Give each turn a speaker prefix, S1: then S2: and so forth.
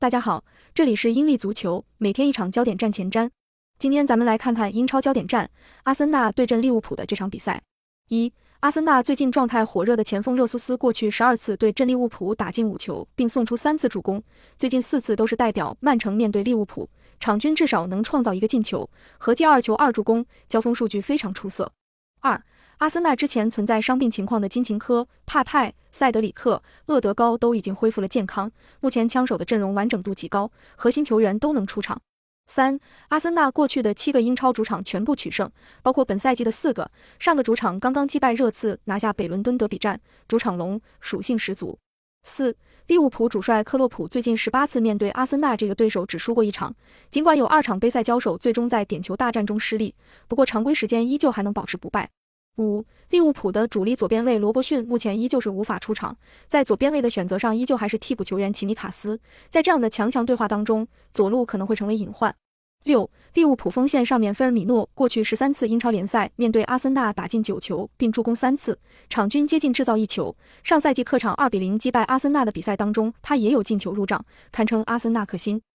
S1: 大家好，这里是英利足球，每天一场焦点战前瞻。今天咱们来看看英超焦点战，阿森纳对阵利物浦的这场比赛。阿森纳最近状态火热的前锋热苏斯过去12次对阵利物浦打进5球，并送出3次助攻，最近4次都是代表曼城面对利物浦，场均至少能创造1个进球，合计2球2助攻，交锋数据非常出色。阿森纳之前存在伤病情况的金琴科、帕泰、塞德里克、厄德高都已经恢复了健康，目前枪手的阵容完整度极高，核心球员都能出场。阿森纳过去的7个英超主场全部取胜，包括本赛季的4个，上个主场刚刚击败热刺拿下北伦敦德比战，主场龙属性十足。利物浦主帅克洛普最近18次面对阿森纳这个对手只输过1场，尽管有2场杯赛交手最终在点球大战中失利，不过常规时间依旧还能保持不败。利物浦的主力左边卫罗伯逊目前依旧是无法出场，在左边卫的选择上依旧还是替补球员齐米卡斯，在这样的强强对话当中，左路可能会成为隐患。利物浦锋线上面菲尔米诺过去13次英超联赛面对阿森纳打进9球并助攻3次，场均接近制造1球，上赛季客场2-0击败阿森纳的比赛当中他也有进球入账，堪称阿森纳克星。